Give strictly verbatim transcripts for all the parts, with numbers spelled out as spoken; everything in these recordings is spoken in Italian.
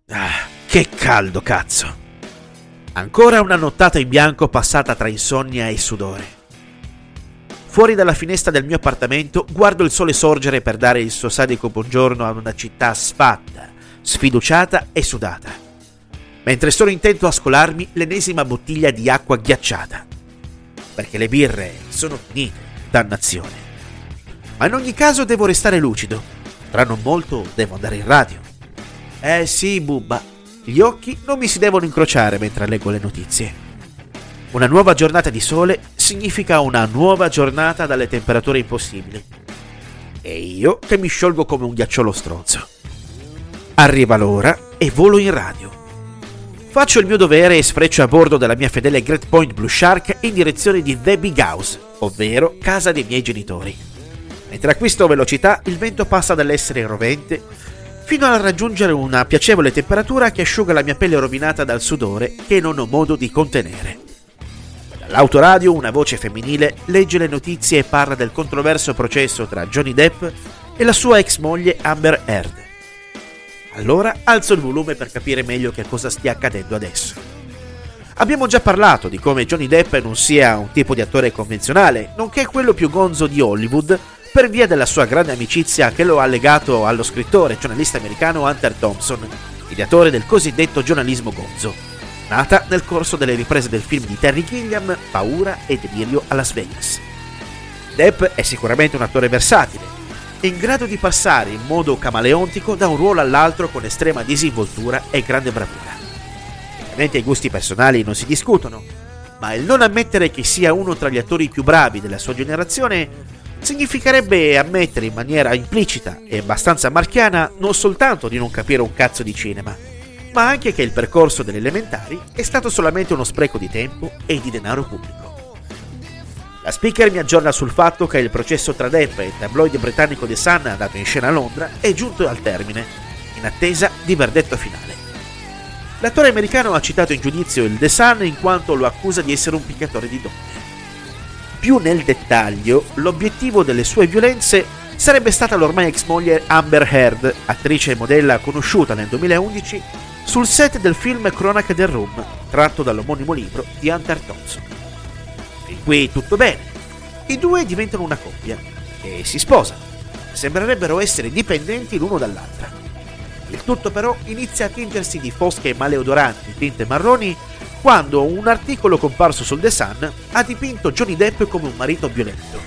Ah, che caldo, cazzo! Ancora una nottata in bianco passata tra insonnia e sudore. Fuori dalla finestra del mio appartamento guardo il sole sorgere per dare il suo sadico buongiorno a una città sfatta, sfiduciata e sudata, mentre sono intento a scolarmi l'ennesima bottiglia di acqua ghiacciata, perché le birre sono finite, dannazione. Ma in ogni caso devo restare lucido, tra non molto devo andare in radio. Eh sì, bubba, gli occhi non mi si devono incrociare mentre leggo le notizie. Una nuova giornata di sole significa una nuova giornata dalle temperature impossibili. E io che mi sciolgo come un ghiacciolo stronzo. Arriva l'ora e volo in radio. Faccio il mio dovere e sfreccio a bordo della mia fedele Great Point Blue Shark in direzione di The Big House, ovvero casa dei miei genitori. Mentre acquisto velocità, il vento passa dall'essere rovente fino a raggiungere una piacevole temperatura che asciuga la mia pelle rovinata dal sudore che non ho modo di contenere. Dall'autoradio una voce femminile legge le notizie e parla del controverso processo tra Johnny Depp e la sua ex moglie Amber Heard. Allora alzo il volume per capire meglio che cosa stia accadendo adesso. Abbiamo già parlato di come Johnny Depp non sia un tipo di attore convenzionale, nonché quello più gonzo di Hollywood, per via della sua grande amicizia che lo ha legato allo scrittore e giornalista americano Hunter Thompson, ideatore del cosiddetto giornalismo gonzo, nata nel corso delle riprese del film di Terry Gilliam Paura e delirio a Las Vegas. Depp è sicuramente un attore versatile, in grado di passare in modo camaleontico da un ruolo all'altro con estrema disinvoltura e grande bravura. Ovviamente i gusti personali non si discutono, ma il non ammettere che sia uno tra gli attori più bravi della sua generazione significherebbe ammettere in maniera implicita e abbastanza marchiana non soltanto di non capire un cazzo di cinema, ma anche che il percorso delle elementari è stato solamente uno spreco di tempo e di denaro pubblico. La speaker mi aggiorna sul fatto che il processo tra Depp e il tabloide britannico The Sun, andato in scena a Londra, è giunto al termine, in attesa di verdetto finale. L'attore americano ha citato in giudizio il The Sun in quanto lo accusa di essere un picchiatore di donne. Più nel dettaglio, l'obiettivo delle sue violenze sarebbe stata l'ormai ex moglie Amber Heard, attrice e modella conosciuta nel duemilaundici sul set del film Cronache del Rum, tratto dall'omonimo libro di Hunter Thompson. Fin qui tutto bene. I due diventano una coppia e si sposano. Sembrerebbero essere dipendenti l'uno dall'altra. Il tutto però inizia a tingersi di fosche e maleodoranti tinte marroni quando un articolo comparso sul The Sun ha dipinto Johnny Depp come un marito violento.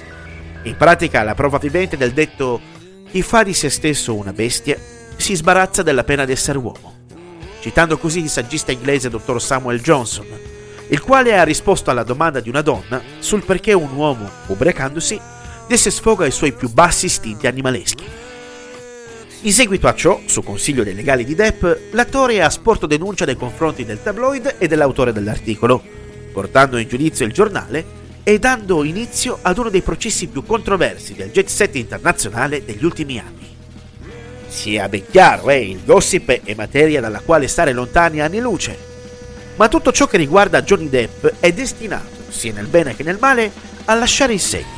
In pratica la prova vivente del detto «chi fa di se stesso una bestia si sbarazza della pena d'essere uomo», citando così il saggista inglese dottor Samuel Johnson, il quale ha risposto alla domanda di una donna sul perché un uomo, ubriacandosi, desse sfogo ai suoi più bassi istinti animaleschi. In seguito a ciò, su consiglio dei legali di Depp, l'attore ha sporto denuncia nei confronti del tabloid e dell'autore dell'articolo, portando in giudizio il giornale e dando inizio ad uno dei processi più controversi del jet set internazionale degli ultimi anni. Sia ben chiaro, eh, il gossip è materia dalla quale stare lontani anni luce, ma tutto ciò che riguarda Johnny Depp è destinato, sia nel bene che nel male, a lasciare il segno.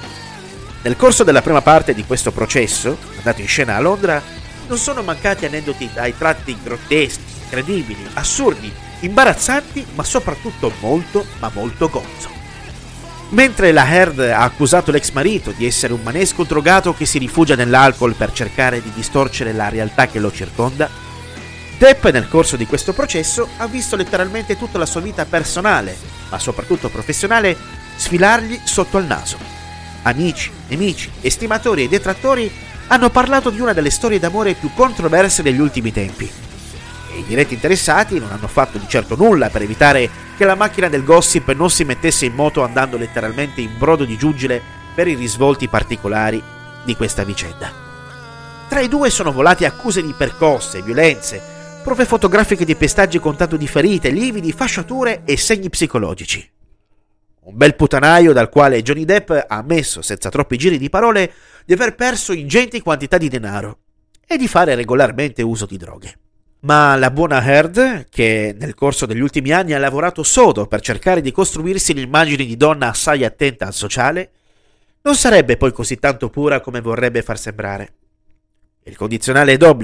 Nel corso della prima parte di questo processo, andato in scena a Londra, non sono mancati aneddoti dai tratti grotteschi, incredibili, assurdi, imbarazzanti, ma soprattutto molto, ma molto gonzo. Mentre la Heard ha accusato l'ex marito di essere un manesco drogato che si rifugia nell'alcol per cercare di distorcere la realtà che lo circonda, Depp nel corso di questo processo ha visto letteralmente tutta la sua vita personale, ma soprattutto professionale, sfilargli sotto al naso. Amici, nemici, estimatori e detrattori hanno parlato di una delle storie d'amore più controverse degli ultimi tempi. E i diretti interessati non hanno fatto di certo nulla per evitare che la macchina del gossip non si mettesse in moto andando letteralmente in brodo di giuggiole per i risvolti particolari di questa vicenda. Tra i due sono volate accuse di percosse, violenze, prove fotografiche di pestaggi con tanto di ferite, lividi, fasciature e segni psicologici. Un bel putanaio dal quale Johnny Depp ha ammesso, senza troppi giri di parole, di aver perso ingenti quantità di denaro e di fare regolarmente uso di droghe. Ma la buona Heard, che nel corso degli ultimi anni ha lavorato sodo per cercare di costruirsi l'immagine di donna assai attenta al sociale, non sarebbe poi così tanto pura come vorrebbe far sembrare. Il condizionale è d'obbligo,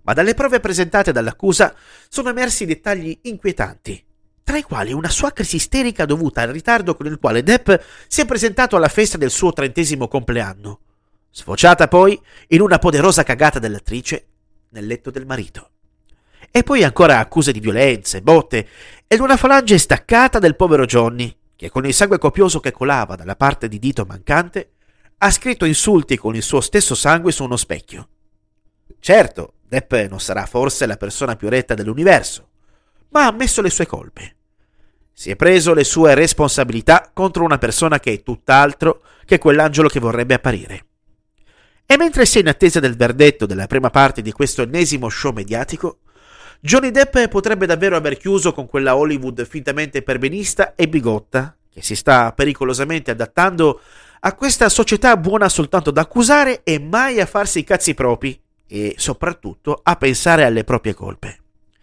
ma dalle prove presentate dall'accusa sono emersi dettagli inquietanti, tra i quali una sua crisi isterica dovuta al ritardo con il quale Depp si è presentato alla festa del suo trentesimo compleanno, sfociata poi in una poderosa cagata dell'attrice nel letto del marito. E poi ancora accuse di violenze, botte ed una falange staccata del povero Johnny, che con il sangue copioso che colava dalla parte di dito mancante ha scritto insulti con il suo stesso sangue su uno specchio. Certo, Depp non sarà forse la persona più retta dell'universo, ma ha ammesso le sue colpe. Si è preso le sue responsabilità contro una persona che è tutt'altro che quell'angelo che vorrebbe apparire. E mentre si è in attesa del verdetto della prima parte di questo ennesimo show mediatico, Johnny Depp potrebbe davvero aver chiuso con quella Hollywood fintamente perbenista e bigotta che si sta pericolosamente adattando a questa società buona soltanto da accusare e mai a farsi i cazzi propri e soprattutto a pensare alle proprie colpe.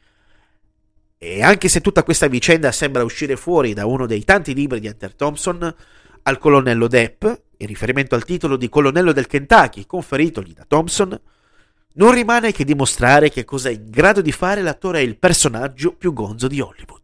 E anche se tutta questa vicenda sembra uscire fuori da uno dei tanti libri di Hunter Thompson, al colonnello Depp, in riferimento al titolo di colonnello del Kentucky conferitogli da Thompson, non rimane che dimostrare che cosa è in grado di fare l'attore e il personaggio più gonzo di Hollywood.